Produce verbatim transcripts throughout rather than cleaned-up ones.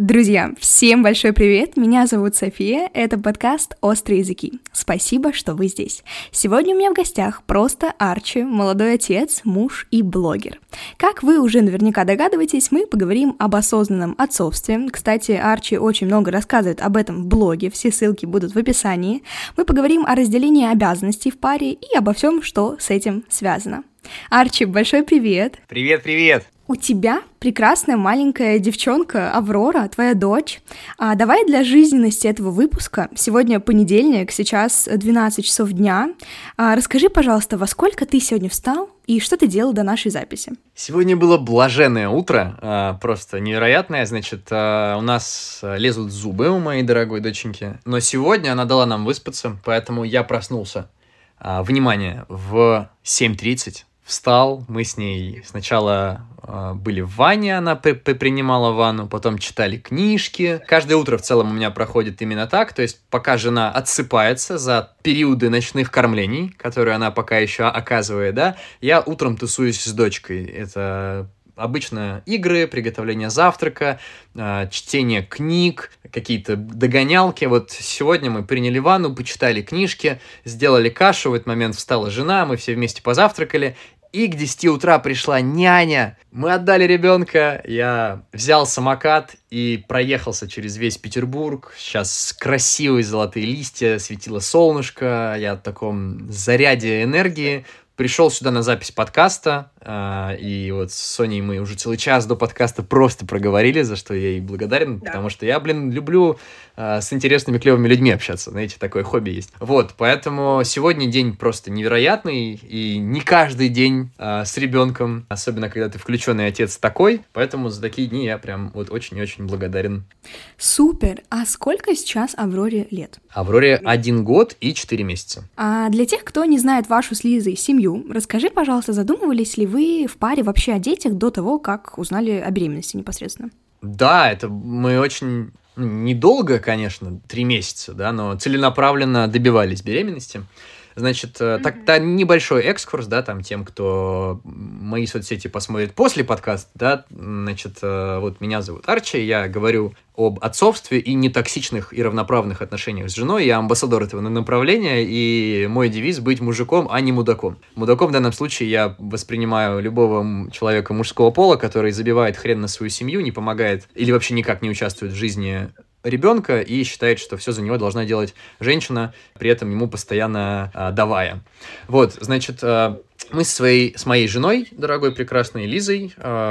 Друзья, всем большой привет, меня зовут София, это подкаст «Острые языки». Спасибо, что вы здесь. Сегодня у меня в гостях просто Арчи, молодой отец, муж и блогер. Как вы уже наверняка догадываетесь, мы поговорим об осознанном отцовстве. Кстати, Арчи очень много рассказывает об этом в блоге, все ссылки будут в описании. Мы поговорим о разделении обязанностей в паре и обо всем, что с этим связано. Арчи, большой привет! Привет-привет! У тебя прекрасная маленькая девчонка Аврора, твоя дочь. А давай для жизненности этого выпуска, сегодня понедельник, сейчас двенадцать часов дня, а расскажи, пожалуйста, во сколько ты сегодня встал и что ты делал до нашей записи? Сегодня было блаженное утро, просто невероятное, значит, у нас лезут зубы у моей дорогой доченьки, но сегодня она дала нам выспаться, поэтому я проснулся, внимание, в семь тридцать. Встал, мы с ней сначала э, были в ванне, она при- принимала ванну, потом читали книжки. Каждое утро в целом у меня проходит именно так, то есть пока жена отсыпается за периоды ночных кормлений, которые она пока еще оказывает, да, я утром тусуюсь с дочкой. Это обычно игры, приготовление завтрака, э, чтение книг, какие-то догонялки. Вот сегодня мы приняли ванну, почитали книжки, сделали кашу, в этот момент встала жена, мы все вместе позавтракали. И к десяти утра пришла няня. Мы отдали ребенка, я взял самокат и проехался через весь Петербург. Сейчас красивые золотые листья, светило солнышко, я в таком заряде энергии. Пришел сюда на запись подкаста, э, и вот с Соней мы уже целый час до подкаста просто проговорили, за что я ей благодарен, да. Потому что я, блин, люблю э, с интересными, клевыми людьми общаться, знаете, такое хобби есть. Вот, поэтому сегодня день просто невероятный, и не каждый день э, с ребенком, особенно когда ты включенный отец такой, поэтому за такие дни я прям вот очень-очень благодарен. Супер! А сколько сейчас Авроре лет? Авроре один год и четыре месяца. А для тех, кто не знает вашу с Лизой семью, расскажи, пожалуйста, задумывались ли вы в паре вообще о детях до того, как узнали о беременности непосредственно? Да, это мы очень недолго, конечно, три месяца, да, но целенаправленно добивались беременности. Значит, mm-hmm. так-то небольшой экскурс, да, там, тем, кто мои соцсети посмотрит после подкаста, да, значит, вот меня зовут Арчи, я говорю об отцовстве и нетоксичных и равноправных отношениях с женой, я амбассадор этого направления, и мой девиз — быть мужиком, а не мудаком. Мудаком в данном случае я воспринимаю любого человека мужского пола, который забивает хрен на свою семью, не помогает или вообще никак не участвует в жизни ребенка и считает, что все за него должна делать женщина, при этом ему постоянно а, давая. Вот, значит, а, мы со своей, с моей женой, дорогой прекрасной Лизой,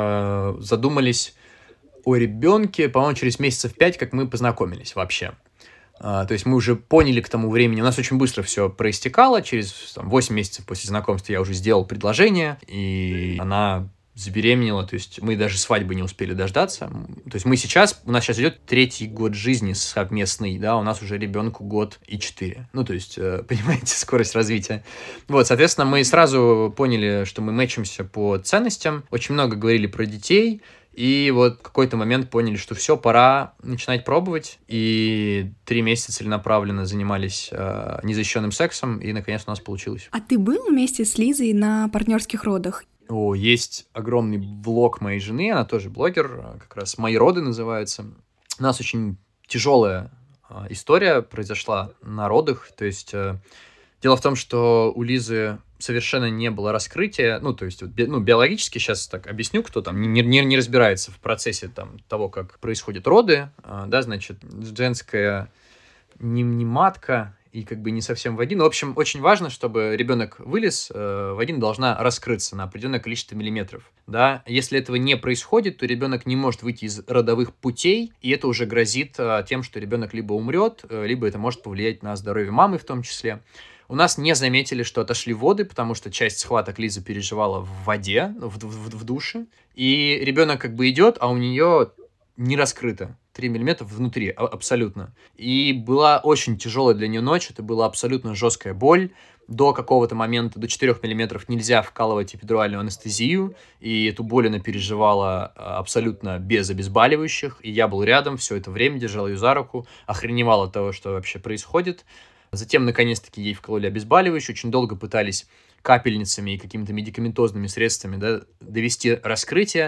а, задумались о ребенке, по-моему, через месяцев пять, как мы познакомились вообще. А, то есть мы уже поняли к тому времени, у нас очень быстро все проистекало, через там, восемь месяцев после знакомства я уже сделал предложение, и она забеременела, то есть мы даже свадьбы не успели дождаться. То есть мы сейчас, у нас сейчас идет третий год жизни совместный, да, у нас уже ребенку год и четыре. Ну, то есть, понимаете, скорость развития. Вот, соответственно, мы сразу поняли, что мы мэчимся по ценностям, очень много говорили про детей, и вот в какой-то момент поняли, что все, пора начинать пробовать, и три месяца целенаправленно занимались э, незащищенным сексом, и наконец у нас получилось. А ты был вместе с Лизой на партнерских родах? О, есть огромный влог моей жены, она тоже блогер, как раз «Мои роды» называется. У нас очень тяжелая э, история произошла на родах, то есть э, дело в том, что у Лизы совершенно не было раскрытия, ну, то есть, би, ну, биологически, сейчас так объясню, кто там не, не, не разбирается в процессе там, того, как происходят роды, э, да, значит, женская не, не матка, и как бы не совсем вагина. В общем, очень важно, чтобы ребенок вылез, э, вагина должна раскрыться на определенное количество миллиметров. Да? Если этого не происходит, то ребенок не может выйти из родовых путей, и это уже грозит э, тем, что ребенок либо умрет, э, либо это может повлиять на здоровье мамы в том числе. У нас не заметили, что отошли воды, потому что часть схваток Лиза переживала в воде, в, в, в душе, и ребенок как бы идет, а у нее не раскрыто. три миллиметра внутри, абсолютно. И была очень тяжелая для нее ночь, это была абсолютно жесткая боль. До какого-то момента, до четырех миллиметров нельзя вкалывать эпидуральную анестезию, и эту боль она переживала абсолютно без обезболивающих, и я был рядом все это время, держал ее за руку, охреневал от того, что вообще происходит. Затем, наконец-таки, ей вкололи обезболивающие, очень долго пытались капельницами и какими-то медикаментозными средствами, да, довести раскрытие.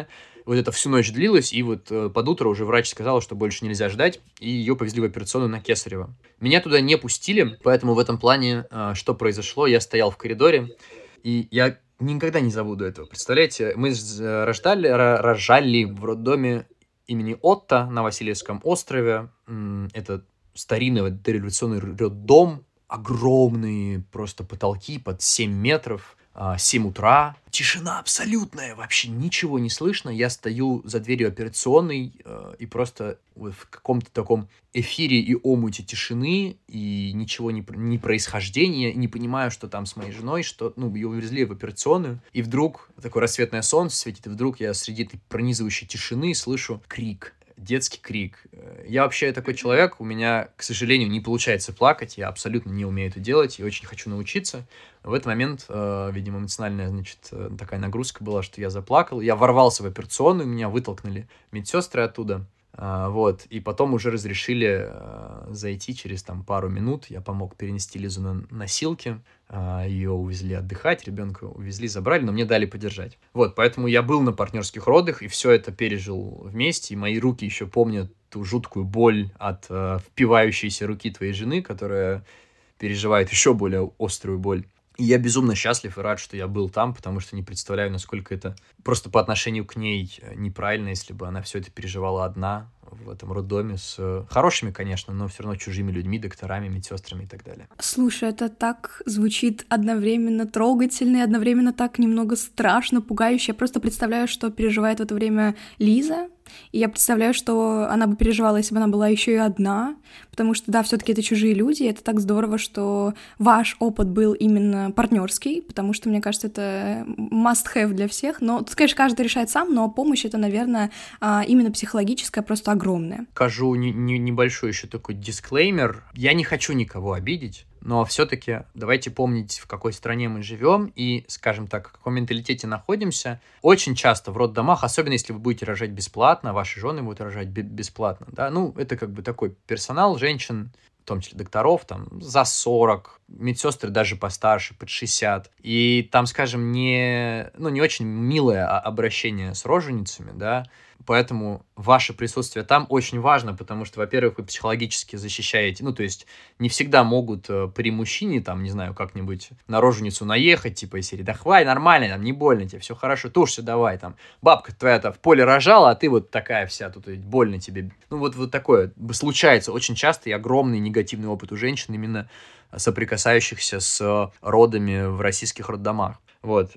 Вот это всю ночь длилось, и вот э, под утро уже врач сказал, что больше нельзя ждать, и ее повезли в операционную на Кесарево. Меня туда не пустили, поэтому в этом плане, э, что произошло, я стоял в коридоре, и я никогда не забуду этого. Представляете, мы рождали, рожали в роддоме имени Отто на Васильевском острове. Это старинный дореволюционный роддом, огромные просто потолки под семь метров, семь утра, тишина абсолютная, вообще ничего не слышно. Я стою за дверью операционной э, и просто вот в каком-то таком эфире и омуте тишины, и ничего не, не происхождения, не понимаю, что там с моей женой, что, ну, ее увезли в операционную, и вдруг такое рассветное солнце светит, и вдруг я среди этой пронизывающей тишины слышу крик. Детский крик. Я вообще такой человек, у меня, к сожалению, не получается плакать, я абсолютно не умею это делать и очень хочу научиться. В этот момент, э, видимо, эмоциональная, значит, такая нагрузка была, что я заплакал. Я ворвался в операционную, меня вытолкнули медсестры оттуда. Uh, вот, и потом уже разрешили uh, зайти через там пару минут. Я помог перенести Лизу на носилки, uh, ее увезли отдыхать, ребенка увезли, забрали, но мне дали подержать. Вот, поэтому я был на партнерских родах и все это пережил вместе, и мои руки еще помнят ту жуткую боль от uh, впивающейся руки твоей жены, которая переживает еще более острую боль. И я безумно счастлив и рад, что я был там, потому что не представляю, насколько это просто по отношению к ней неправильно, если бы она все это переживала одна в этом роддоме с хорошими, конечно, но все равно чужими людьми, докторами, медсестрами и так далее. Слушай, это так звучит одновременно трогательно и одновременно так немного страшно, пугающе. Я просто представляю, что переживает в это время Лиза, и я представляю, что она бы переживала, если бы она была еще и одна, потому что, да, все-таки это чужие люди, и это так здорово, что ваш опыт был именно партнерский, потому что, мне кажется, это must-have для всех, но, тут, конечно, каждый решает сам, но помощь это, наверное, именно психологическая, просто огромная. Скажу не, не, небольшой еще такой дисклеймер, я не хочу никого обидеть, но все-таки давайте помнить, в какой стране мы живем и, скажем так, в каком менталитете находимся. Очень часто в роддомах, особенно если вы будете рожать бесплатно, ваши жены будут рожать бесплатно, да, ну, это как бы такой персонал женщин, в том числе докторов, там, за сорок, медсестры даже постарше, под шестьдесят. И там, скажем, не, ну, не очень милое обращение с роженицами, да, поэтому ваше присутствие там очень важно, потому что, во-первых, вы психологически защищаете, ну, то есть не всегда могут при мужчине, там, не знаю, как-нибудь на роженицу наехать, типа из серии, да хватит, нормально, там, не больно тебе, все хорошо, тушься давай, там, бабка твоя-то в поле рожала, а ты вот такая вся, тут больно тебе. Ну, вот, вот такое случается очень часто, и огромный негативный опыт у женщин именно соприкасающихся с родами в российских роддомах. Вот,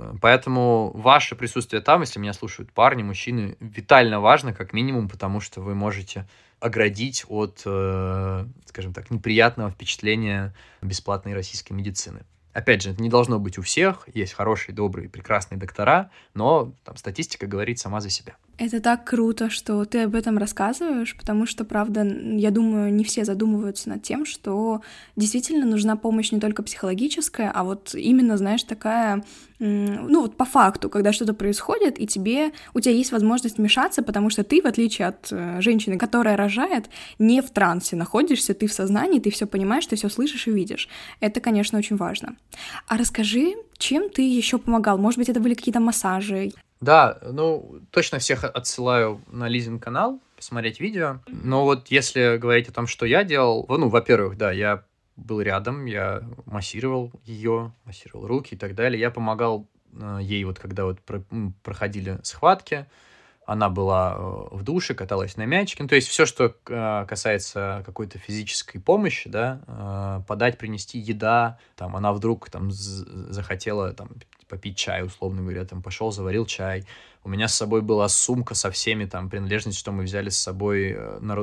поэтому ваше присутствие там, если меня слушают парни, мужчины, витально важно, как минимум, потому что вы можете оградить от, скажем так, неприятного впечатления бесплатной российской медицины. Опять же, это не должно быть у всех, есть хорошие, добрые, прекрасные доктора, но там статистика говорит сама за себя. Это так круто, что ты об этом рассказываешь, потому что, правда, я думаю, не все задумываются над тем, что действительно нужна помощь не только психологическая, а вот именно, знаешь, такая, ну вот по факту, когда что-то происходит, и тебе, у тебя есть возможность вмешаться, потому что ты, в отличие от женщины, которая рожает, не в трансе находишься, ты в сознании, ты все понимаешь, ты все слышишь и видишь. Это, конечно, очень важно. А расскажи, чем ты еще помогал? Может быть, это были какие-то массажи? Да, ну, точно всех отсылаю на Лизин канал, посмотреть видео. Но вот если говорить о том, что я делал, ну, во-первых, да, я был рядом, я массировал ее, массировал руки и так далее. Я помогал ей вот, когда вот проходили схватки, она была в душе, каталась на мячике. Ну, то есть все, что касается какой-то физической помощи, да, подать, принести еда, там, она вдруг там захотела там попить чай, условно говоря, там пошел, заварил чай. У меня с собой была сумка со всеми там принадлежностями, что мы взяли с собой,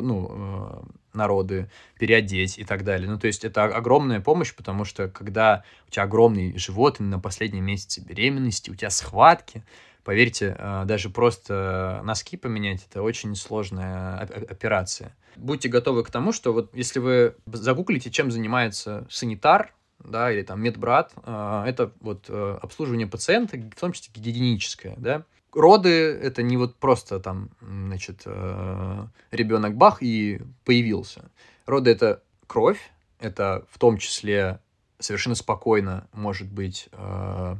ну, народы, переодеть и так далее. Ну, то есть это огромная помощь, потому что когда у тебя огромный живот, и на последнем месяце беременности, у тебя схватки, поверьте, даже просто носки поменять — это очень сложная операция. Будьте готовы к тому, что вот если вы загуглите, чем занимается санитар, да, или там медбрат, это вот обслуживание пациента, в том числе гигиеническое, да. Роды — это не вот просто там, значит, ребенок бах и появился. Роды — это кровь, это в том числе совершенно спокойно может быть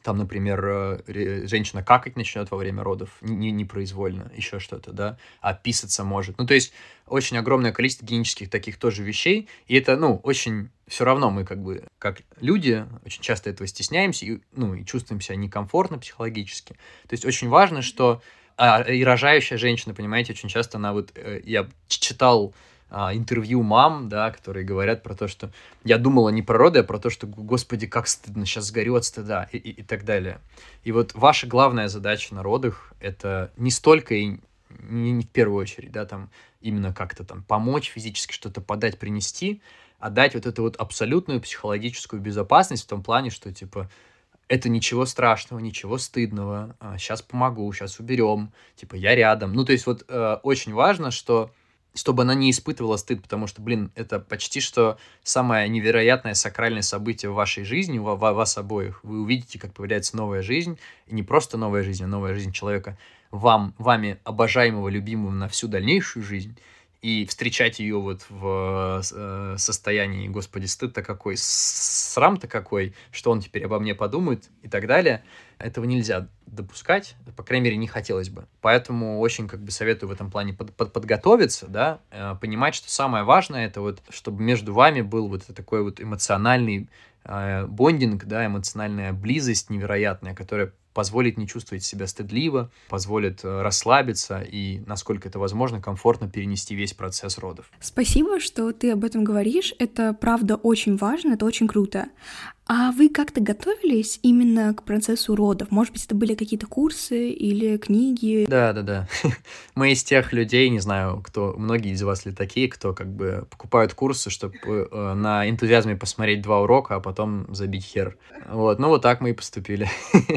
там, например, э, женщина какать начнет во время родов, не, непроизвольно, еще что-то, да, а писаться может. Ну, то есть очень огромное количество генетических таких тоже вещей, и это, ну, очень все равно мы как бы, как люди, очень часто этого стесняемся, и, ну, и чувствуем себя некомфортно психологически. То есть очень важно, что а, и рожающая женщина, понимаете, очень часто она вот, э, я читал а, интервью мам, да, которые говорят про то, что я думала не про роды, а про то, что, господи, как стыдно, сейчас сгорю от стыда, и, и, и так далее. И вот ваша главная задача на родах — это не столько и не, не в первую очередь, да, там, именно как-то там помочь физически что-то подать, принести, а дать вот эту вот абсолютную психологическую безопасность в том плане, что, типа, это ничего страшного, ничего стыдного, сейчас помогу, сейчас уберем, типа, я рядом. Ну, то есть вот э, очень важно, что чтобы она не испытывала стыд, потому что, блин, это почти что самое невероятное сакральное событие в вашей жизни, у вас обоих. Вы увидите, как появляется новая жизнь, и не просто новая жизнь, а новая жизнь человека, вам, вами обожаемого, любимого на всю дальнейшую жизнь, и встречать ее вот в э, состоянии, господи, стыд-то какой, срам-то какой, что он теперь обо мне подумает и так далее, этого нельзя допускать, по крайней мере, не хотелось бы. Поэтому очень как бы советую в этом плане под, под, подготовиться, да, э, понимать, что самое важное, это вот, чтобы между вами был вот такой вот эмоциональный э, бондинг, да, эмоциональная близость невероятная, которая позволит не чувствовать себя стыдливо, позволит расслабиться и, насколько это возможно, комфортно перенести весь процесс родов. Спасибо, что ты об этом говоришь. Это, правда, очень важно, это очень круто. А вы как-то готовились именно к процессу родов? Может быть, это были какие-то курсы или книги? Да-да-да. Мы из тех людей, не знаю, кто, многие из вас ли такие, кто как бы покупают курсы, чтобы э, на энтузиазме посмотреть два урока, а потом забить хер. Вот, ну вот так мы и поступили.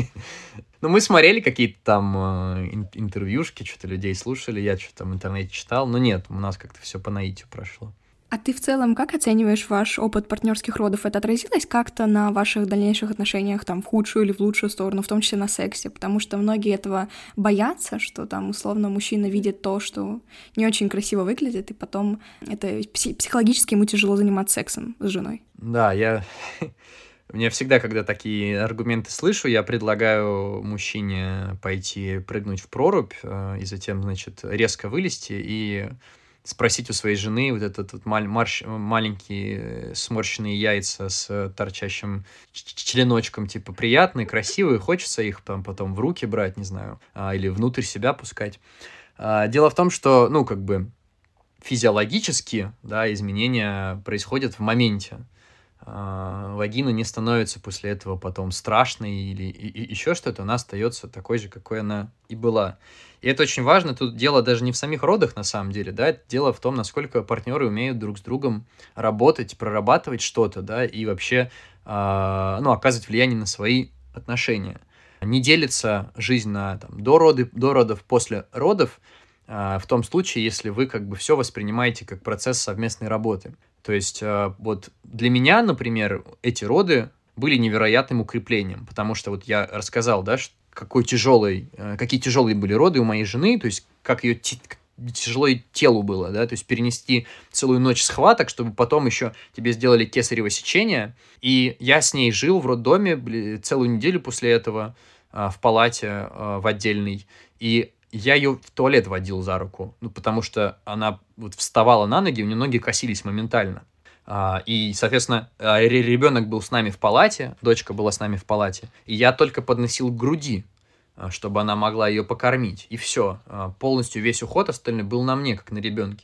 Ну, мы смотрели какие-то там э, интервьюшки, что-то людей слушали, я что-то там в интернете читал, но нет, у нас как-то все по наитию прошло. А ты в целом как оцениваешь ваш опыт партнерских родов? Это отразилось как-то на ваших дальнейших отношениях, там, в худшую или в лучшую сторону, в том числе на сексе? Потому что многие этого боятся, что там, условно, мужчина видит то, что не очень красиво выглядит, и потом это пси- психологически ему тяжело заниматься сексом с женой. Да, я... Мне всегда, когда такие аргументы слышу, я предлагаю мужчине пойти прыгнуть в прорубь э, и затем, значит, резко вылезти и спросить у своей жены вот этот вот маль- марш- маленькие сморщенные яйца с торчащим членочком, типа, приятные, красивые, хочется их там потом в руки брать, не знаю, а, или внутрь себя пускать. А, дело в том, что, ну, как бы физиологически, да, изменения происходят в моменте. Вагина не становится после этого потом страшной или и, и еще что-то, она остается такой же, какой она и была. И это очень важно, тут дело даже не в самих родах на самом деле, да, дело в том, насколько партнеры умеют друг с другом работать, прорабатывать что-то, да, и вообще, э, ну, оказывать влияние на свои отношения. Не делится жизнь на там, до, роды, до родов, после родов, э, в том случае, если вы как бы все воспринимаете как процесс совместной работы. То есть вот для меня, например, эти роды были невероятным укреплением, потому что вот я рассказал, да, какой тяжелый, какие тяжелые были роды у моей жены, то есть как ее тяжело телу было, да, то есть перенести целую ночь схваток, чтобы потом еще тебе сделали кесарево сечение, и я с ней жил в роддоме целую неделю после этого в палате в отдельной, и я ее в туалет водил за руку, ну, потому что она вот вставала на ноги, у нее ноги косились моментально. А, и, соответственно, ребенок был с нами в палате, дочка была с нами в палате, и я только подносил к груди, чтобы она могла ее покормить. И все. Полностью весь уход остальной был на мне, как на ребенке.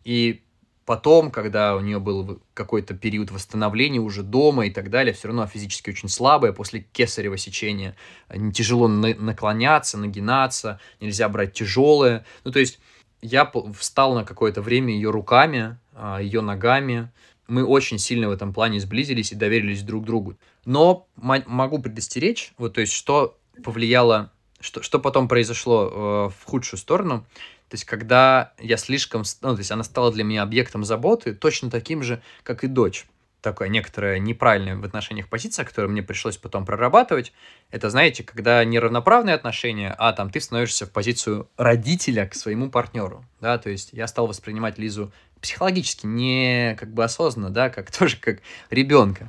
И потом, когда у нее был какой-то период восстановления уже дома и так далее, все равно физически очень слабая, после кесарево сечения тяжело на- наклоняться, нагинаться, нельзя брать тяжелое. Ну, то есть я встал на какое-то время ее руками, ее ногами. Мы очень сильно в этом плане сблизились и доверились друг другу. Но м- могу предостеречь, вот, то есть что повлияло, что, что потом произошло э, в худшую сторону. То есть, когда я слишком... Ну, то есть, она стала для меня объектом заботы, точно таким же, как и дочь. Такая некоторая неправильная в отношениях позиция, которую мне пришлось потом прорабатывать. Это, знаете, когда не равноправные отношения, а там ты становишься в позицию родителя к своему партнеру. Да? То есть, я стал воспринимать Лизу психологически, не как бы осознанно, да, как тоже как ребенка.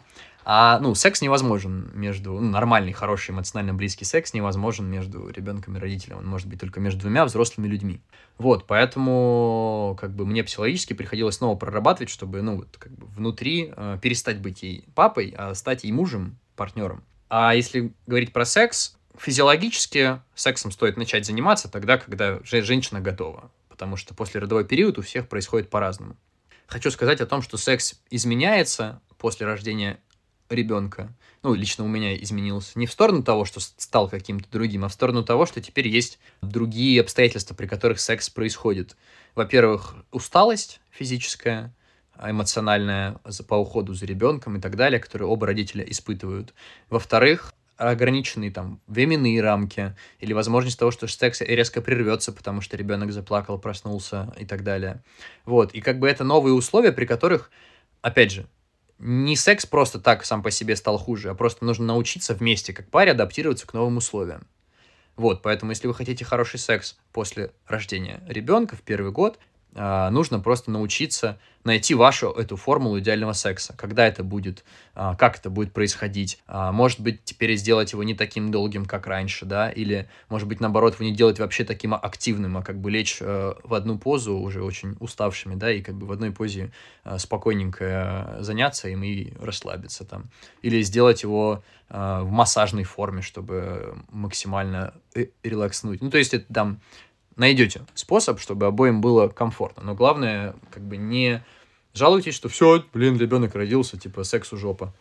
А, ну, секс невозможен между... Ну, нормальный, хороший, эмоционально близкий секс невозможен между ребенком и родителем. Он может быть только между двумя взрослыми людьми. Вот, поэтому, как бы, мне психологически приходилось снова прорабатывать, чтобы, ну, вот, как бы, внутри э, перестать быть ей папой, а стать ей мужем, партнером. А если говорить про секс, физиологически сексом стоит начать заниматься тогда, когда женщина готова. Потому что послеродовой период у всех происходит по-разному. Хочу сказать о том, что секс изменяется после рождения ребенка. Ну, лично у меня изменился. Не в сторону того, что стал каким-то другим, а в сторону того, что теперь есть другие обстоятельства, при которых секс происходит. Во-первых, усталость физическая, эмоциональная по уходу за ребенком и так далее, которые оба родителя испытывают. Во-вторых, ограниченные там временные рамки или возможность того, что секс резко прервется, потому что ребенок заплакал, проснулся и так далее. Вот. И как бы это новые условия, при которых, опять же, не секс просто так сам по себе стал хуже, а просто нужно научиться вместе, как паре, адаптироваться к новым условиям. Вот, поэтому если вы хотите хороший секс после рождения ребенка в первый год, нужно просто научиться найти вашу эту формулу идеального секса. Когда это будет, как это будет происходить. Может быть, теперь сделать его не таким долгим, как раньше, да, или, может быть, наоборот, вы не делать вообще таким активным, а как бы лечь в одну позу уже очень уставшими, да, и как бы в одной позе спокойненько заняться им и расслабиться там. Или сделать его в массажной форме, чтобы максимально релакснуть. Ну, то есть это там... Найдете способ, чтобы обоим было комфортно. Но главное, как бы не жалуйтесь, что все, блин, ребенок родился, типа, сексу жопа.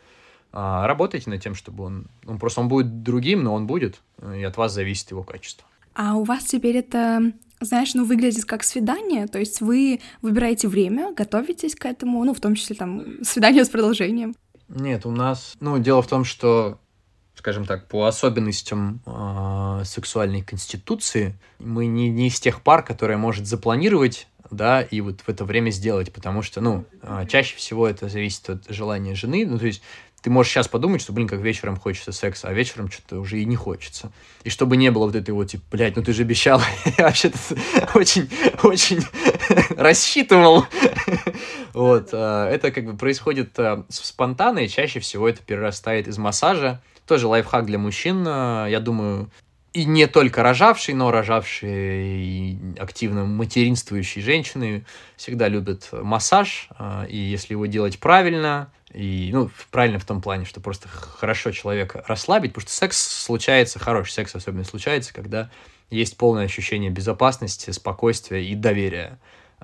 А работайте над тем, чтобы он... Он просто он будет другим, но он будет, и от вас зависит его качество. А у вас теперь это, знаешь, ну, выглядит как свидание, то есть вы выбираете время, готовитесь к этому, ну, в том числе, там, свидание с продолжением? Нет, у нас... Ну, дело в том, что... скажем так, по особенностям э, сексуальной конституции, мы не, не из тех пар, которые может запланировать, да, и вот в это время сделать, потому что, ну, э, чаще всего это зависит от желания жены, ну, то есть ты можешь сейчас подумать, что, блин, как вечером хочется секса, а вечером что-то уже и не хочется. И чтобы не было вот этой вот, типа, блядь, ну ты же обещал, я вообще-то очень, очень рассчитывал. Вот, это как бы происходит спонтанно, и чаще всего это перерастает из массажа. Тоже лайфхак для мужчин, я думаю, и не только рожавшие, но рожавшие и активно материнствующие женщины всегда любят массаж, и если его делать правильно, и, ну, правильно в том плане, что просто хорошо человека расслабить, потому что секс случается, хороший секс особенно случается, когда есть полное ощущение безопасности, спокойствия и доверия.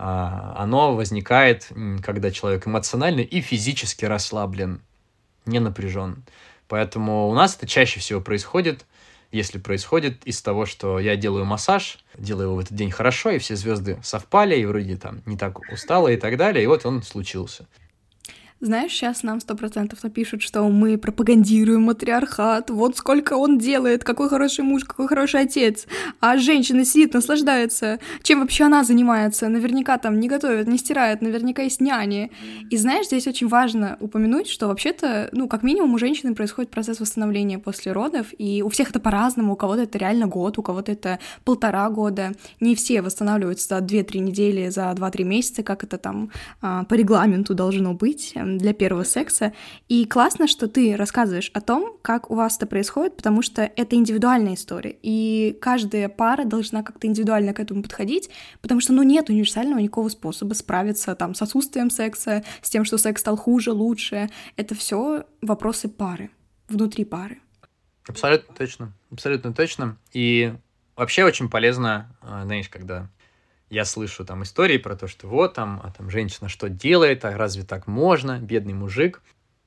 Оно возникает, когда человек эмоционально и физически расслаблен, не напряжен. Поэтому у нас это чаще всего происходит, если происходит из того, что я делаю массаж, делаю его в этот день хорошо, и все звезды совпали, и вроде там не так устала и так далее, и вот он случился. Знаешь, сейчас нам сто процентов напишут, что мы пропагандируем матриархат, вот сколько он делает, какой хороший муж, какой хороший отец, а женщина сидит, наслаждается. Чем вообще она занимается? Наверняка там не готовит, не стирает, наверняка есть няни. И знаешь, здесь очень важно упомянуть, что вообще-то, ну, как минимум у женщины происходит процесс восстановления после родов, и у всех это по-разному, у кого-то это реально год, у кого-то это полтора года. Не все восстанавливаются за две-три недели, за два-три месяца, как это там по регламенту должно быть для первого секса. И классно, что ты рассказываешь о том, как у вас это происходит, потому что это индивидуальная история, и каждая пара должна как-то индивидуально к этому подходить, потому что, ну, нет универсального никакого способа справиться там с отсутствием секса, с тем, что секс стал хуже, лучше. Это все вопросы пары, внутри пары. Абсолютно точно, абсолютно точно. И вообще очень полезно, знаешь, когда я слышу там истории про то, что вот там, а там женщина что делает, а разве так можно, бедный мужик.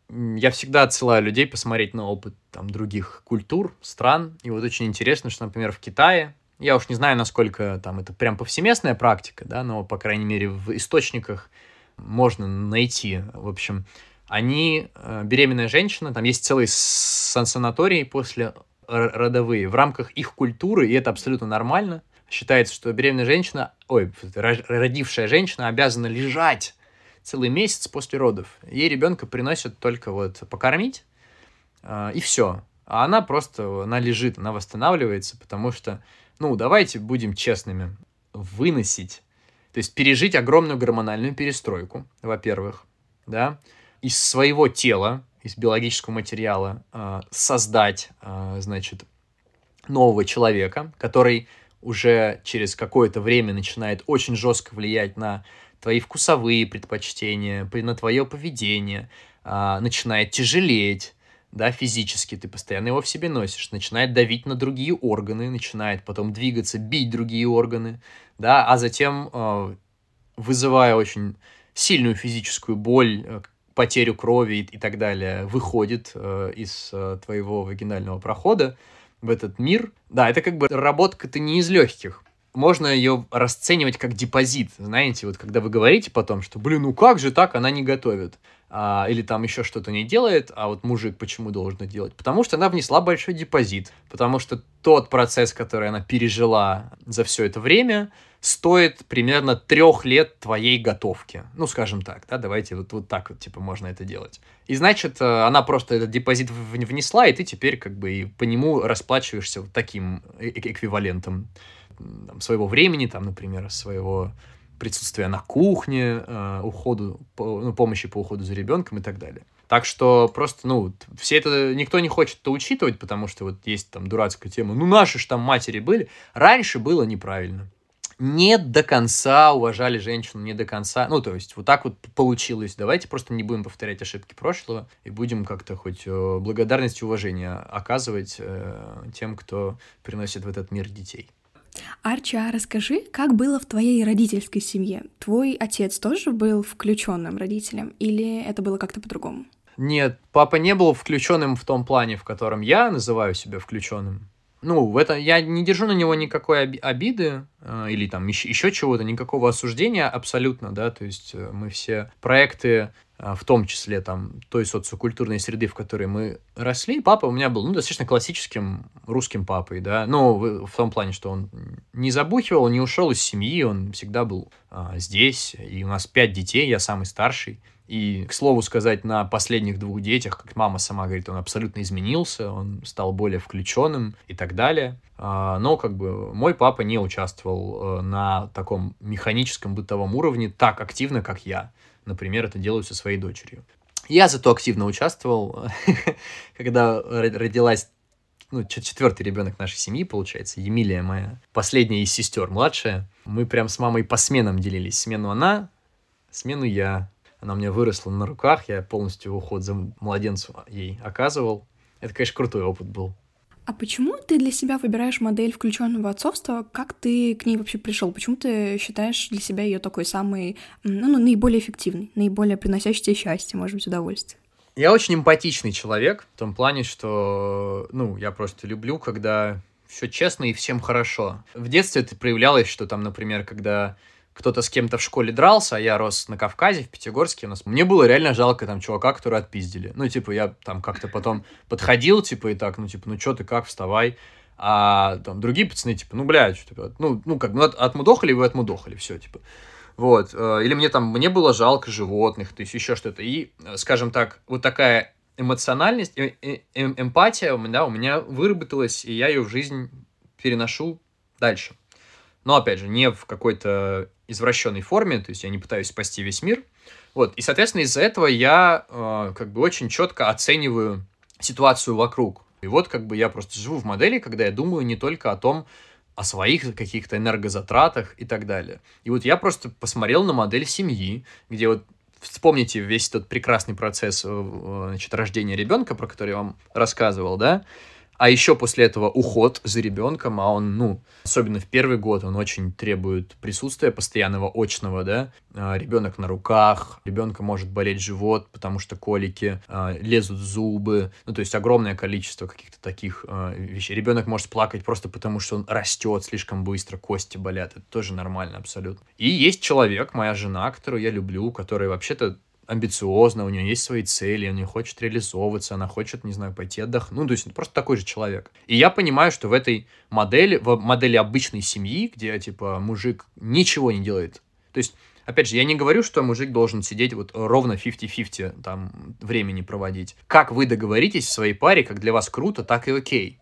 Я всегда отсылаю людей посмотреть на опыт там других культур, стран. И вот очень интересно, что, например, в Китае, я уж не знаю, насколько там это прям повсеместная практика, да, но, по крайней мере, в источниках можно найти, в общем, они, беременная женщина, там есть целый санаторий после родовые в рамках их культуры, и это абсолютно нормально. Считается, что беременная женщина, ой, родившая женщина обязана лежать целый месяц после родов. Ей ребенка приносят только вот покормить, э, и все. А она просто, она лежит, она восстанавливается, потому что, ну, давайте будем честными, выносить, то есть пережить огромную гормональную перестройку, во-первых, да, из своего тела, из биологического материала э, создать, э, значит, нового человека, который уже через какое-то время начинает очень жестко влиять на твои вкусовые предпочтения, на твое поведение, э, начинает тяжелеть, да, физически ты постоянно его в себе носишь, начинает давить на другие органы, начинает потом двигаться, бить другие органы, да, а затем, э, вызывая очень сильную физическую боль, э, потерю крови и, и так далее, выходит э, из э, твоего вагинального прохода в этот мир. Да, это как бы работка-то не из легких. Можно ее расценивать как депозит, знаете, вот когда вы говорите потом, что, блин, ну как же так, она не готовит, а, или там еще что-то не делает, а вот мужик почему должен делать? Потому что она внесла большой депозит, потому что тот процесс, который она пережила за все это время, стоит примерно трех лет твоей готовки. Ну, скажем так, да, давайте вот, вот так вот, типа, можно это делать. И, значит, она просто этот депозит внесла, и ты теперь как бы и по нему расплачиваешься вот таким эквивалентом там, своего времени, там, например, своего присутствия на кухне, э, уходу, по, ну, помощи по уходу за ребенком и так далее. Так что просто, ну, все это никто не хочет это учитывать, потому что вот есть там дурацкая тема, ну, наши ж там матери были. Раньше было неправильно. Не до конца уважали женщину, не до конца, ну, то есть вот так вот получилось. Давайте просто не будем повторять ошибки прошлого и будем как-то хоть благодарность и уважение оказывать э, тем, кто приносит в этот мир детей. Арчи, а расскажи, как было в твоей родительской семье? Твой отец тоже был включенным родителем или это было как-то по-другому? Нет, папа не был включенным в том плане, в котором я называю себя включенным. Ну, в это я не держу на него никакой обиды э, или там еще, еще чего-то, никакого осуждения абсолютно, да, то есть э, мы все проекты, э, в том числе там той социокультурной среды, в которой мы росли, папа у меня был, ну, достаточно классическим русским папой, да, ну, в, в том плане, что он не забухивал, не ушел из семьи, он всегда был э, здесь, и у нас пять детей, я самый старший. И, к слову сказать, на последних двух детях, как мама сама говорит, он абсолютно изменился, он стал более включенным и так далее. Но как бы мой папа не участвовал на таком механическом бытовом уровне так активно, как я. Например, это делаю со своей дочерью. Я зато активно участвовал, когда родилась ну, четвертый ребенок нашей семьи, получается, Емилия моя, последняя из сестер, младшая. Мы прям с мамой по сменам делились. Смену она, смену я. Она у меня выросла на руках, я полностью уход за младенцем ей оказывал. Это, конечно, крутой опыт был. А почему ты для себя выбираешь модель включенного отцовства? Как ты к ней вообще пришел? Почему ты считаешь для себя ее такой самый, ну, наиболее эффективный, наиболее приносящий тебе счастье, может быть, удовольствие? Я очень эмпатичный человек, в том плане, что, ну, я просто люблю, когда все честно и всем хорошо. В детстве это проявлялось, что там, например, когда кто-то с кем-то в школе дрался, а я рос на Кавказе, в Пятигорске у нас. Мне было реально жалко там чувака, который отпиздили. Ну, типа, я там как-то потом подходил, типа, и так, ну, типа, ну, чё ты, как, вставай. А там другие пацаны, типа, ну, блядь, типа, ну, ну, как, ну, от, отмудохали, вы отмудохали, все, типа. Вот. Или мне там, мне было жалко животных, то есть еще что-то. И, скажем так, вот такая эмоциональность, э- э- эмпатия, да, у меня выработалась, и я ее в жизнь переношу дальше. Но, опять же, не в какой-то извращенной форме, то есть я не пытаюсь спасти весь мир. Вот. И, соответственно, из-за этого я э, как бы очень четко оцениваю ситуацию вокруг. И вот как бы я просто живу в модели, когда я думаю не только о том, о своих каких-то энергозатратах и так далее. И вот я просто посмотрел на модель семьи, где вот вспомните весь этот прекрасный процесс значит, рождения ребенка, про который я вам рассказывал, да, а еще после этого уход за ребенком, а он, ну, особенно в первый год, он очень требует присутствия постоянного, очного, да. Ребенок на руках, ребенка может болеть живот, потому что колики, лезут зубы, ну, то есть огромное количество каких-то таких вещей. Ребенок может плакать просто потому, что он растет слишком быстро, кости болят, это тоже нормально абсолютно. И есть человек, моя жена, которую я люблю, которая вообще-то амбициозна, у нее есть свои цели, она хочет реализовываться, она хочет, не знаю, пойти отдохнуть. Ну, то есть просто такой же человек. И я понимаю, что в этой модели, в модели обычной семьи, где, типа, мужик ничего не делает. То есть, опять же, я не говорю, что мужик должен сидеть вот ровно пятьдесят на пятьдесят там времени проводить. Как вы договоритесь в своей паре, как для вас круто, так и окей.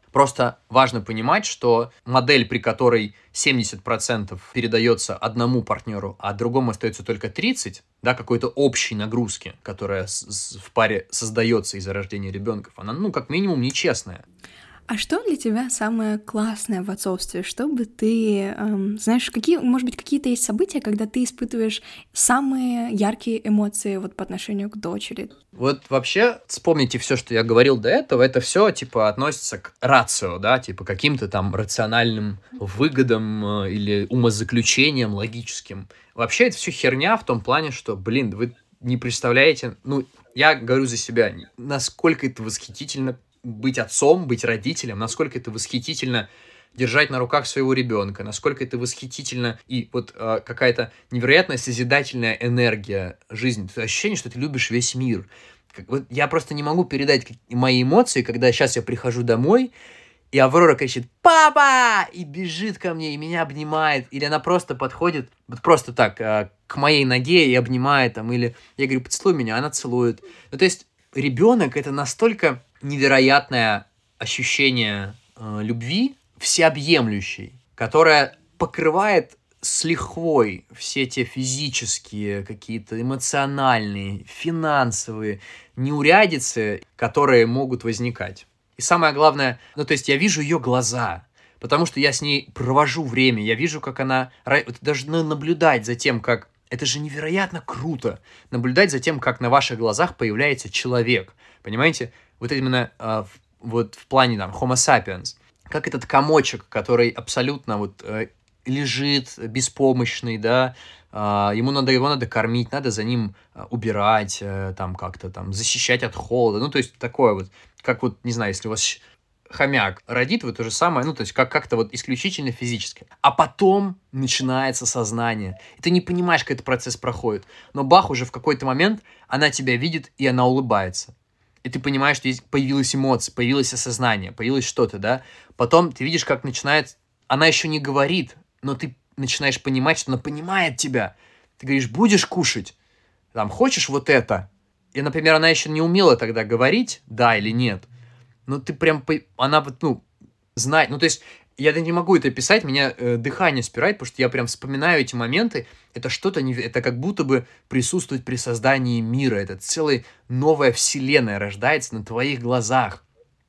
Просто важно понимать, что модель, при которой семьдесят процентов передается одному партнеру, а другому остается только тридцать процентов, да, какой-то общей нагрузки, которая с- с- в паре создается из-за рождения ребенков, она, ну, как минимум, нечестная. А что для тебя самое классное в отцовстве? Что бы ты, эм, знаешь, какие, может быть, какие-то есть события, когда ты испытываешь самые яркие эмоции вот по отношению к дочери? Вот вообще, вспомните все, что я говорил до этого, это все, типа, относится к рацио, да, типа, каким-то там рациональным выгодам э, или умозаключениям логическим. Вообще, это все херня в том плане, что, блин, вы не представляете, ну, я говорю за себя, насколько это восхитительно быть отцом, быть родителем, насколько это восхитительно держать на руках своего ребенка, насколько это восхитительно и вот э, какая-то невероятная созидательная энергия жизни, ощущение, что ты любишь весь мир. Как, вот я просто не могу передать мои эмоции, когда сейчас я прихожу домой, и Аврора кричит «Папа!» и бежит ко мне, и меня обнимает, или она просто подходит, вот просто так, э, к моей ноге и обнимает, там, или я говорю «Поцелуй меня», она целует. Ну, то есть ребенок — это настолько невероятное ощущение э, любви, всеобъемлющей, которая покрывает с лихвой все те физические, какие-то эмоциональные, финансовые неурядицы, которые могут возникать. И самое главное, ну, то есть я вижу ее глаза, потому что я с ней провожу время, я вижу, как она, даже наблюдать за тем, как, это же невероятно круто, наблюдать за тем, как на ваших глазах появляется человек, понимаете? Вот именно э, в, вот в плане там Homo sapiens, как этот комочек, который абсолютно вот э, лежит беспомощный, да, э, ему надо, его надо кормить, надо за ним э, убирать, э, там как-то там защищать от холода, ну, то есть такое вот, как вот, не знаю, если у вас хомяк родит, вот то же самое, ну, то есть как- как-то вот исключительно физически. А потом начинается сознание, и ты не понимаешь, как этот процесс проходит, но бах, уже в какой-то момент она тебя видит, и она улыбается. И ты понимаешь, что есть, появилась эмоция, появилось осознание, появилось что-то, да. Потом ты видишь, как начинает... Она еще не говорит, но ты начинаешь понимать, что она понимает тебя. Ты говоришь, будешь кушать? Там, хочешь вот это? И, например, она еще не умела тогда говорить, да или нет. Но ты прям... Она вот, ну, знает... Ну, то есть... Я не могу это описать, меня э, дыхание спирает, потому что я прям вспоминаю эти моменты. Это что-то, не, это как будто бы присутствует при создании мира. Это целая новая вселенная рождается на твоих глазах.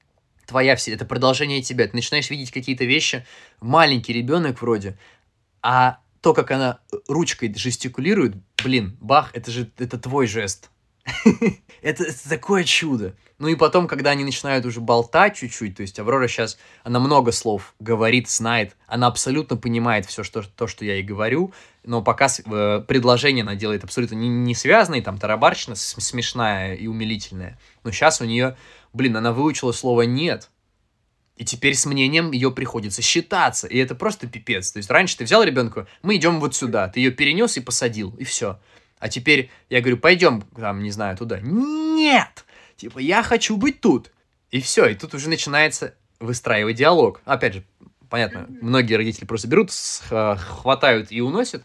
Твоя вселенная, это продолжение тебя. Ты начинаешь видеть какие-то вещи. Маленький ребенок вроде, а то, как она ручкой жестикулирует, блин, бах, это же это твой жест. Это, это такое чудо. Ну и потом, когда они начинают уже болтать чуть-чуть, то есть Аврора сейчас, она много слов говорит, знает, она абсолютно понимает все, что, то, что я ей говорю, но пока э, предложение она делает абсолютно не, не связанное, там тарабарщина смешная и умилительная. Но сейчас у нее, блин, она выучила слово «нет», и теперь с мнением ее приходится считаться, и это просто пипец. То есть раньше ты взял ребенка, мы идем вот сюда, ты ее перенес и посадил, и все. А теперь я говорю, пойдем, там, не знаю, туда. Нет! Типа, я хочу быть тут. И все, и тут уже начинается выстраивать диалог. Опять же, понятно, многие родители просто берут, хватают и уносят.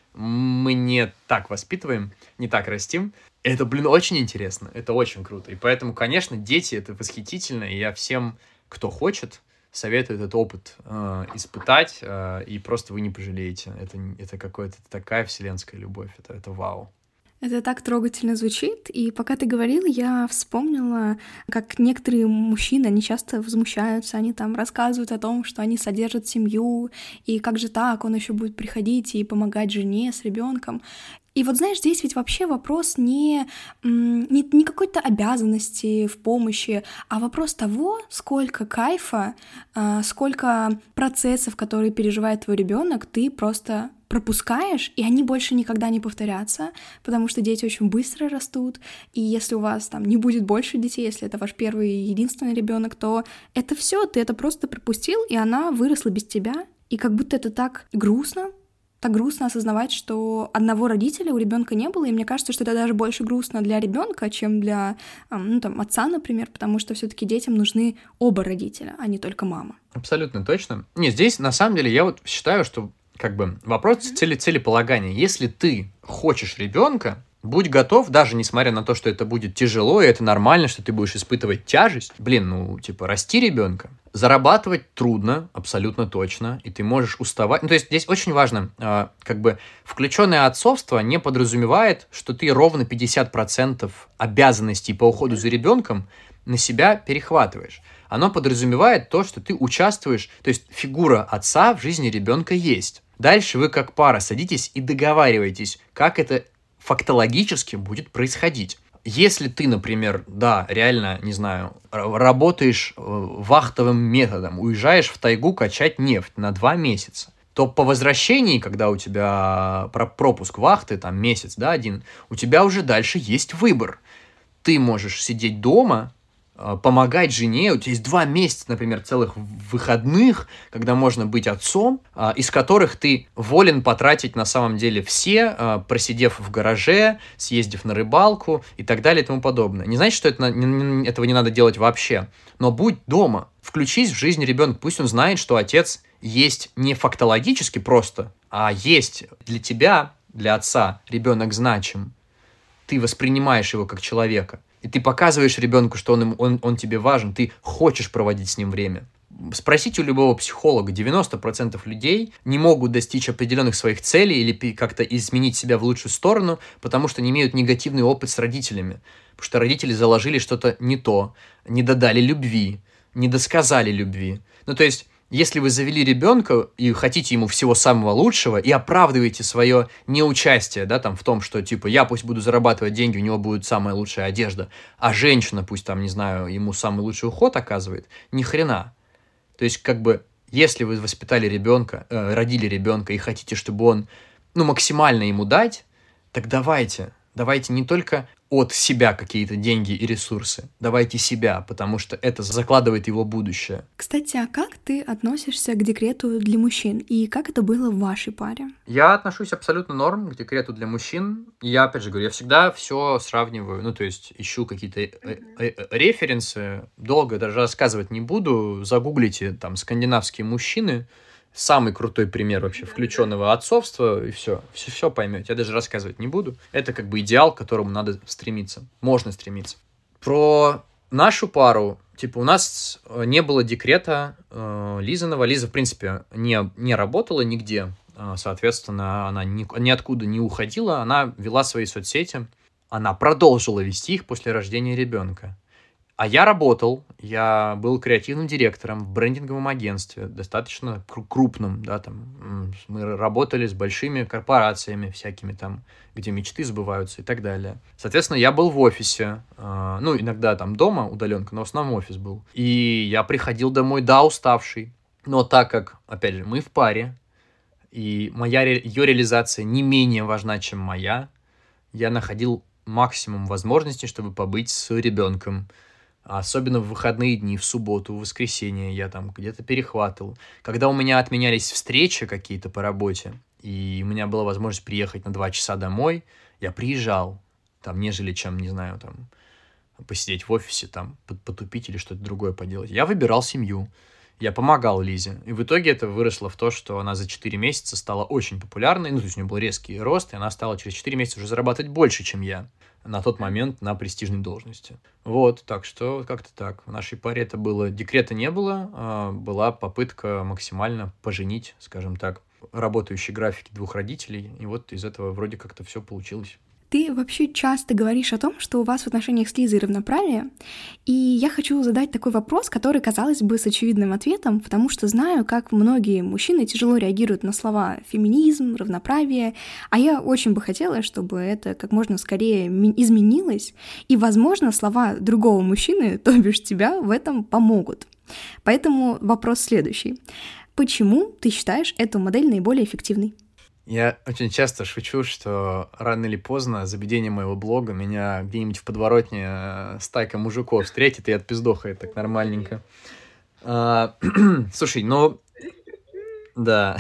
Мы не так воспитываем, не так растим. Это, блин, очень интересно, это очень круто. И поэтому, конечно, дети — это восхитительно, и я всем, кто хочет, советую этот опыт э, испытать, э, и просто вы не пожалеете. Это, это какая-то такая вселенская любовь, это, это вау. Это так трогательно звучит, и пока ты говорил, я вспомнила, как некоторые мужчины, они часто возмущаются, они там рассказывают о том, что они содержат семью, и как же так, он еще будет приходить и помогать жене с ребенком. И вот знаешь, здесь ведь вообще вопрос не, не, не какой-то обязанности в помощи, а вопрос того, сколько кайфа, сколько процессов, которые переживает твой ребенок, ты просто пропускаешь, и они больше никогда не повторятся, потому что дети очень быстро растут, и если у вас там не будет больше детей, если это ваш первый и единственный ребенок, то это все, ты это просто пропустил, и она выросла без тебя, и как будто это так грустно, так грустно осознавать, что одного родителя у ребенка не было, и мне кажется, что это даже больше грустно для ребенка, чем для, ну, там, отца, например, потому что все-таки детям нужны оба родителя, а не только мама. Абсолютно точно. Не, здесь на самом деле я вот считаю, что как бы вопрос цели целеполагания. Если ты хочешь ребенка, Будь готов, даже несмотря на то, что это будет тяжело, и это нормально, что ты будешь испытывать тяжесть. Блин, ну, типа, расти ребенка. Зарабатывать трудно, абсолютно точно, и ты можешь уставать. Ну, то есть здесь очень важно, э, как бы, включенное отцовство не подразумевает, что ты ровно пятьдесят процентов обязанностей по уходу за ребенком на себя перехватываешь. Оно подразумевает то, что ты участвуешь, то есть фигура отца в жизни ребенка есть. Дальше вы как пара садитесь и договариваетесь, как это фактологически будет происходить. Если ты, например, да, реально, не знаю, работаешь вахтовым методом, уезжаешь в тайгу качать нефть на два месяца, то по возвращении, когда у тебя пропуск вахты, там месяц, да, один, у тебя уже дальше есть выбор. Ты можешь сидеть дома, помогать жене, у тебя есть два месяца, например, целых выходных, когда можно быть отцом, из которых ты волен потратить на самом деле все, просидев в гараже, съездив на рыбалку и так далее и тому подобное. Не значит, что это, этого не надо делать вообще, но будь дома, включись в жизнь ребенка, пусть он знает, что отец есть не фактологически просто, а есть для тебя, для отца, ребенок значим. Ты воспринимаешь его как человека. И ты показываешь ребенку, что он, он, он тебе важен, ты хочешь проводить с ним время. Спросите у любого психолога, девяносто процентов людей не могут достичь определенных своих целей или как-то изменить себя в лучшую сторону, потому что не имеют негативный опыт с родителями. Потому что родители заложили что-то не то, не додали любви, не досказали любви. Ну, то есть, если вы завели ребенка и хотите ему всего самого лучшего и оправдываете свое неучастие, да, там, в том, что, типа, я пусть буду зарабатывать деньги, у него будет самая лучшая одежда, а женщина пусть, там, не знаю, ему самый лучший уход оказывает, ни хрена. То есть, как бы, если вы воспитали ребенка, э, родили ребенка и хотите, чтобы он, ну, максимально ему дать, так давайте, давайте не только от себя какие-то деньги и ресурсы. Давайте себя, потому что это закладывает его будущее. Кстати, а как ты относишься к декрету для мужчин? И как это было в вашей паре? Я отношусь абсолютно норм к декрету для мужчин. Я, опять же говорю, я всегда все сравниваю, ну, то есть ищу какие-то референсы. Долго даже рассказывать не буду. Загуглите, там, скандинавские мужчины. Самый крутой пример вообще включенного отцовства, и все, все, все поймете. Я даже рассказывать не буду. Это как бы идеал, к которому надо стремиться. Можно стремиться. Про нашу пару, типа, у нас не было декрета э, Лизиного. Лиза, в принципе, не, не работала нигде. Соответственно, она ни, ниоткуда не уходила. Она вела свои соцсети. Она продолжила вести их после рождения ребенка. А я работал, я был креативным директором в брендинговом агентстве, достаточно крупном, да, там, мы работали с большими корпорациями всякими там, где мечты сбываются и так далее. Соответственно, я был в офисе, э, ну, иногда там дома удаленка, но в основном офис был. И я приходил домой, да, уставший, но так как, опять же, мы в паре, и моя, ее реализация не менее важна, чем моя, я находил максимум возможностей, чтобы побыть с ребенком. Особенно в выходные дни, в субботу, в воскресенье я там где-то перехватывал. Когда у меня отменялись встречи какие-то по работе, и у меня была возможность приехать на два часа домой, я приезжал, там, нежели чем, не знаю, там, посидеть в офисе, там, потупить или что-то другое поделать. Я выбирал семью, я помогал Лизе. И в итоге это выросло в то, что она за четыре месяца стала очень популярной, ну, то есть у нее был резкий рост, и она стала через четыре месяца уже зарабатывать больше, чем я на тот момент на престижной должности. Вот, так что как-то так. В нашей паре это было, декрета не было, а была попытка максимально поженить, скажем так, работающие графики двух родителей, и вот из этого вроде как-то все получилось. Ты вообще часто говоришь о том, что у вас в отношениях с Лизой равноправие, и я хочу задать такой вопрос, который, казалось бы, с очевидным ответом, потому что знаю, как многие мужчины тяжело реагируют на слова «феминизм», «равноправие», а я очень бы хотела, чтобы это как можно скорее изменилось, и, возможно, слова другого мужчины, то бишь тебя, в этом помогут. Поэтому вопрос следующий. Почему ты считаешь эту модель наиболее эффективной? Я очень часто шучу, что рано или поздно заведение моего блога меня где-нибудь в подворотне стайка мужиков встретит и отпиздохает так нормальненько. А, слушай, ну... Да.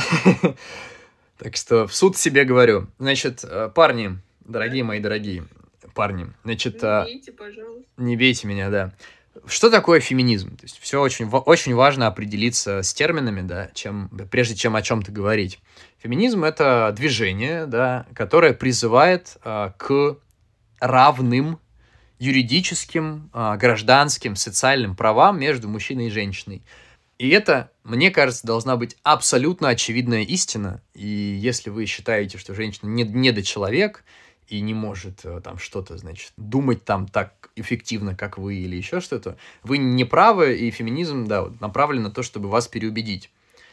Так что в суд себе говорю. Значит, парни, дорогие мои дорогие парни, значит... Не бейте, пожалуйста. Не бейте меня, да. Что такое феминизм? То есть все очень, очень важно определиться с терминами, да, чем, прежде чем о чем-то говорить. Феминизм — это движение, да, которое призывает а, к равным юридическим, гражданским, социальным правам между мужчиной и женщиной. И это, мне кажется, должна быть абсолютно очевидная истина. И если вы считаете, что женщина не недочеловек и не может там что-то, значит, думать там так эффективно, как вы, или еще что-то, вы не правы, и феминизм, да, вот, направлен на то, чтобы вас переубедить.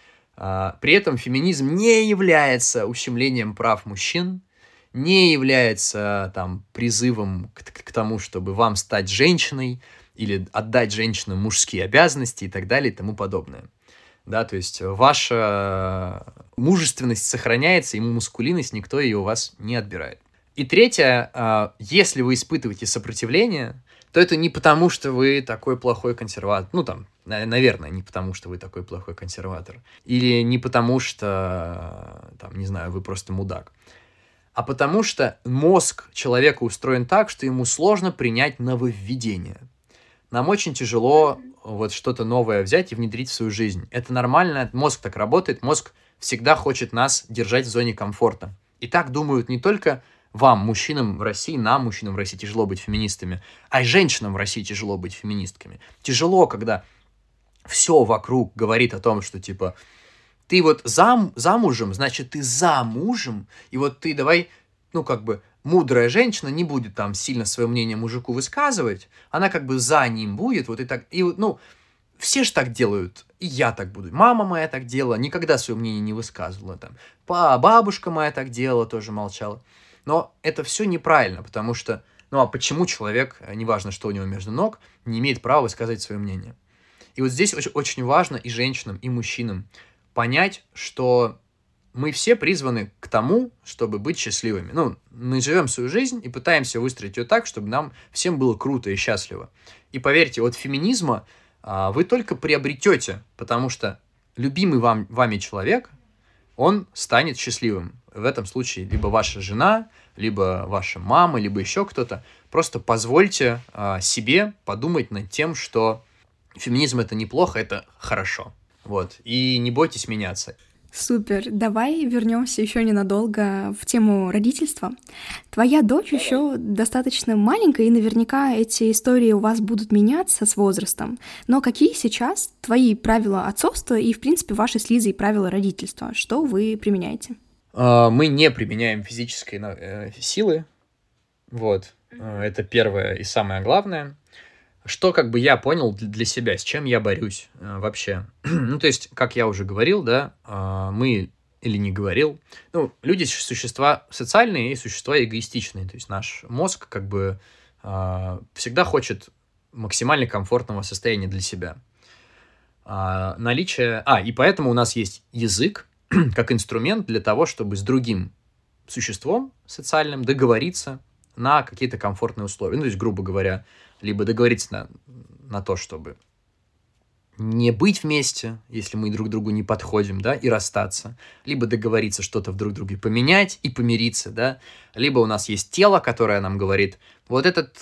А, при этом феминизм не является ущемлением прав мужчин, не является там призывом к, к тому, чтобы вам стать женщиной или отдать женщинам мужские обязанности и так далее и тому подобное. Да, то есть ваша мужественность сохраняется, и мускулинность, никто ее у вас не отбирает. И третье, если вы испытываете сопротивление, то это не потому, что вы такой плохой консерватор. Ну, там, наверное, не потому, что вы такой плохой консерватор. Или не потому, что, там, не знаю, вы просто мудак. А потому что мозг человека устроен так, что ему сложно принять нововведение. Нам очень тяжело вот что-то новое взять и внедрить в свою жизнь. Это нормально, мозг так работает, мозг всегда хочет нас держать в зоне комфорта. И так думают не только вам, мужчинам в России, нам, мужчинам в России, тяжело быть феминистами, а и женщинам в России тяжело быть феминистками. Тяжело, когда все вокруг говорит о том, что типа ты вот зам, замужем, значит, ты за мужем, и вот ты давай, ну, как бы, мудрая женщина не будет там сильно свое мнение мужику высказывать, она как бы за ним будет, вот и так, и, ну, все же так делают, и я так буду. Мама моя так делала, никогда свое мнение не высказывала, там, бабушка моя так делала, тоже молчала. Но это все неправильно, потому что, ну, а почему человек, неважно, что у него между ног, не имеет права высказать свое мнение? И вот здесь очень, очень важно и женщинам, и мужчинам понять, что мы все призваны к тому, чтобы быть счастливыми. Ну, мы живем свою жизнь и пытаемся выстроить ее так, чтобы нам всем было круто и счастливо. И поверьте, от феминизма а, вы только приобретете, потому что любимый вам, вами человек, он станет счастливым. В этом случае либо ваша жена, либо ваша мама, либо еще кто-то. Просто позвольте а, себе подумать над тем, что феминизм — это неплохо, это хорошо. Вот. И не бойтесь меняться. Супер. Давай вернемся еще ненадолго в тему родительства. Твоя дочь еще достаточно маленькая, и наверняка эти истории у вас будут меняться с возрастом. Но какие сейчас твои правила отцовства и, в принципе, ваши с Лизой правила родительства? Что вы применяете? Мы не применяем физической силы. Вот. Это первое и самое главное. Что, как бы, я понял для себя, с чем я борюсь э, вообще. Ну, то есть, как я уже говорил, да, э, мы, или не говорил, ну, люди — существа социальные и существа эгоистичные. То есть, наш мозг, как бы, э, всегда хочет максимально комфортного состояния для себя. А, наличие... А, и поэтому у нас есть язык как инструмент для того, чтобы с другим существом социальным договориться на какие-то комфортные условия. Ну, то есть, грубо говоря, либо договориться на, на то, чтобы не быть вместе, если мы друг другу не подходим, да, и расстаться, либо договориться что-то в друг друге поменять и помириться, да, либо у нас есть тело, которое нам говорит, вот этот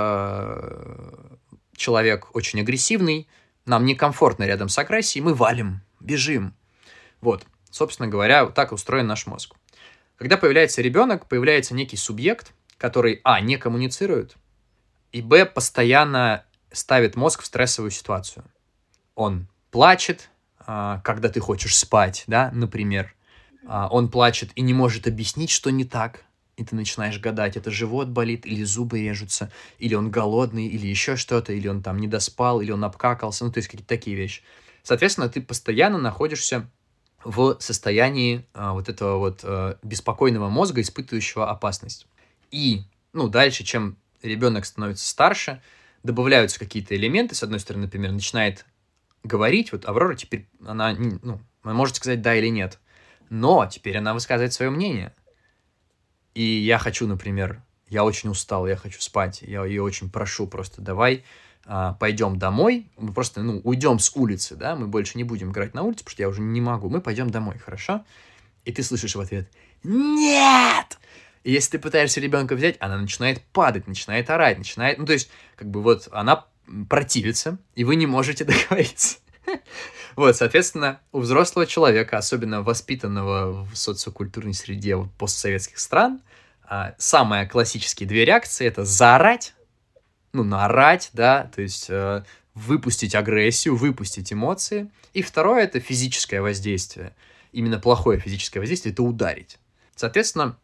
э, человек очень агрессивный, нам некомфортно рядом с агрессией, мы валим, бежим. Вот, собственно говоря, так устроен наш мозг. Когда появляется ребенок, появляется некий субъект, который, а, не коммуницирует, и, б, постоянно ставит мозг в стрессовую ситуацию. Он плачет, когда ты хочешь спать, да, например. Он плачет и не может объяснить, что не так. И ты начинаешь гадать, это живот болит, или зубы режутся, или он голодный, или еще что-то, или он там не доспал, или он обкакался, ну, то есть какие-то такие вещи. Соответственно, ты постоянно находишься в состоянии вот этого вот беспокойного мозга, испытывающего опасность. И, ну, дальше, чем ребенок становится старше, добавляются какие-то элементы. С одной стороны, например, начинает говорить. Вот Аврора теперь, она, ну, она может сказать да или нет. Но теперь она высказывает свое мнение. И я хочу, например, я очень устал, я хочу спать. Я ее очень прошу просто, давай а, пойдем домой. Мы просто, ну, уйдем с улицы, да, мы больше не будем играть на улице, потому что я уже не могу. Мы пойдем домой, хорошо? И ты слышишь в ответ «Нет!» И если ты пытаешься ребенка взять, она начинает падать, начинает орать, начинает... Ну, то есть, как бы вот она противится, и вы не можете договориться. Вот, соответственно, у взрослого человека, особенно воспитанного в социокультурной среде постсоветских стран, А, самые классические две реакции — это заорать, ну, наорать, да, то есть э, выпустить агрессию, выпустить эмоции. И второе — это физическое воздействие. Именно плохое физическое воздействие — это ударить. Соответственно,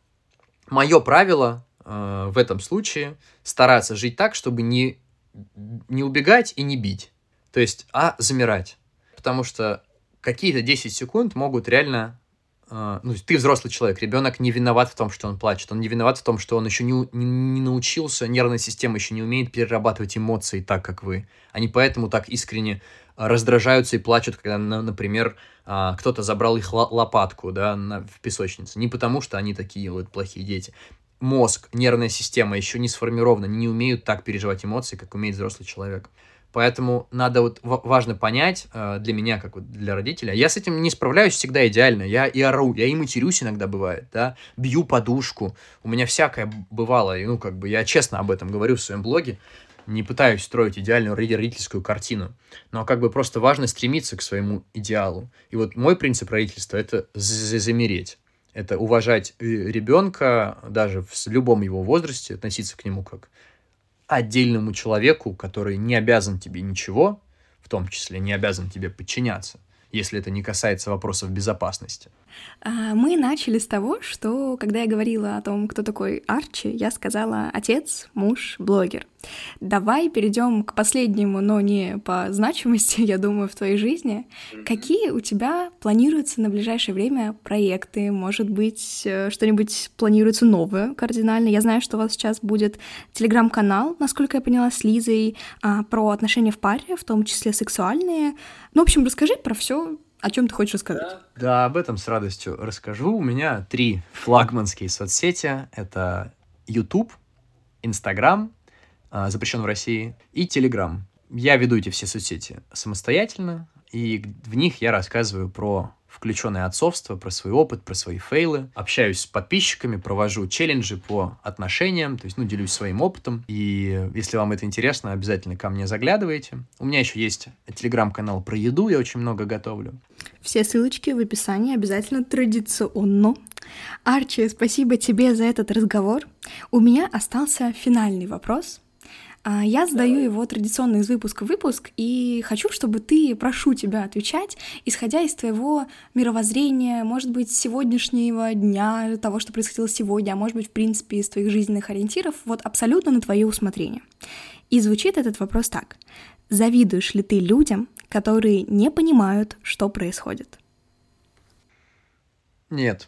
мое правило э, в этом случае — стараться жить так, чтобы не, не убегать и не бить. То есть, а замирать. Потому что какие-то десять секунд могут реально... Uh, ну, ты взрослый человек, ребенок не виноват в том, что он плачет, он не виноват в том, что он еще не, не, не научился, нервная система еще не умеет перерабатывать эмоции так, как вы. Они поэтому так искренне раздражаются и плачут, когда, например, кто-то забрал их лопатку, да, на, в песочнице. Не потому, что они такие вот плохие дети. Мозг, нервная система еще не сформирована, не умеют так переживать эмоции, как умеет взрослый человек. Поэтому надо вот важно понять э, для меня, как вот для родителя. Я с этим не справляюсь всегда идеально. Я и ору, я и матерюсь иногда бывает, да, бью подушку. У меня всякое бывало, и ну как бы я честно об этом говорю в своем блоге. Не пытаюсь строить идеальную родительскую картину, но как бы просто важно стремиться к своему идеалу. И вот мой принцип родительства — это замереть. Это уважать ребенка даже в любом его возрасте, относиться к нему как отдельному человеку, который не обязан тебе ничего, в том числе не обязан тебе подчиняться, если это не касается вопросов безопасности. Мы начали с того, что, когда я говорила о том, кто такой Арчи, я сказала отец, муж, блогер. Давай перейдем к последнему, но не по значимости, я думаю, в твоей жизни. Mm-hmm. Какие у тебя планируются на ближайшее время проекты? Может быть, что-нибудь планируется новое кардинально? Я знаю, что у вас сейчас будет телеграм-канал, насколько я поняла, с Лизой, про отношения в паре, в том числе сексуальные. Ну, в общем, расскажи про все. О чем ты хочешь рассказать? Да, да, об этом с радостью расскажу. У меня три флагманские соцсети. Это YouTube, Instagram, запрещен в России, и Telegram. Я веду эти все соцсети самостоятельно, и в них я рассказываю про включенное отцовство, про свой опыт, про свои фейлы. Общаюсь с подписчиками, провожу челленджи по отношениям, то есть, ну, делюсь своим опытом. И если вам это интересно, обязательно ко мне заглядывайте. У меня еще есть телеграм-канал про еду, я очень много готовлю. Все ссылочки в описании, обязательно традиционно. Арчи, спасибо тебе за этот разговор. У меня остался финальный вопрос. Я задаю его традиционно из выпуска в выпуск, и хочу, чтобы ты, прошу тебя отвечать, исходя из твоего мировоззрения, может быть, сегодняшнего дня, того, что происходило сегодня, а может быть, в принципе, из твоих жизненных ориентиров, вот абсолютно на твое усмотрение. И звучит этот вопрос так. Завидуешь ли ты людям, которые не понимают, что происходит? Нет,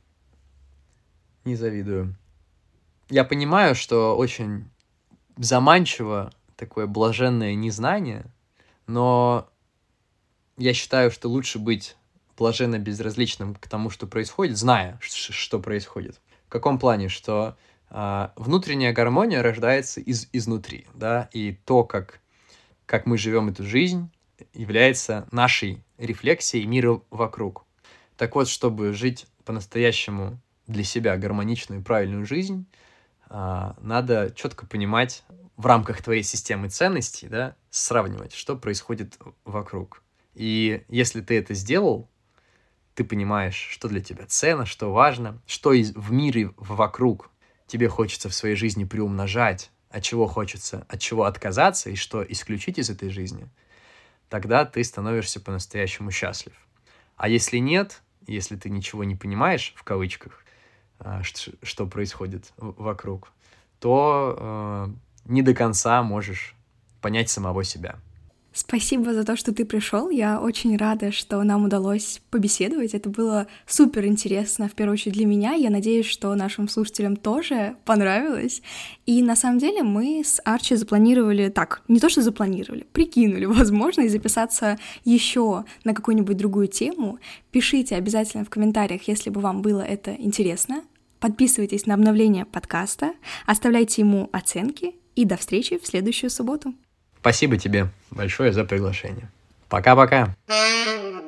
не завидую. Я понимаю, что очень заманчиво такое блаженное незнание, но я считаю, что лучше быть блаженно безразличным к тому, что происходит, зная, что происходит. В каком плане? Что э, внутренняя гармония рождается из, изнутри, да, и то, как, как мы живем эту жизнь, является нашей рефлексией мира вокруг. Так вот, чтобы жить по-настоящему для себя гармоничную и правильную жизнь, надо четко понимать в рамках твоей системы ценностей, да, сравнивать, что происходит вокруг. И если ты это сделал, ты понимаешь, что для тебя ценно, что важно, что в мире вокруг тебе хочется в своей жизни приумножать, от чего хочется, от чего отказаться и что исключить из этой жизни, тогда ты становишься по-настоящему счастлив. А если нет, если ты ничего не понимаешь, в кавычках, что, что происходит вокруг, то э, не до конца можешь понять самого себя. Спасибо за то, что ты пришел. Я очень рада, что нам удалось побеседовать. Это было супер интересно, в первую очередь для меня. Я надеюсь, что нашим слушателям тоже понравилось. И на самом деле мы с Арчи запланировали, так, не то что запланировали, прикинули возможность записаться еще на какую-нибудь другую тему. Пишите обязательно в комментариях, если бы вам было это интересно. Подписывайтесь на обновление подкаста, оставляйте ему оценки и до встречи в следующую субботу. Спасибо тебе большое за приглашение. Пока-пока.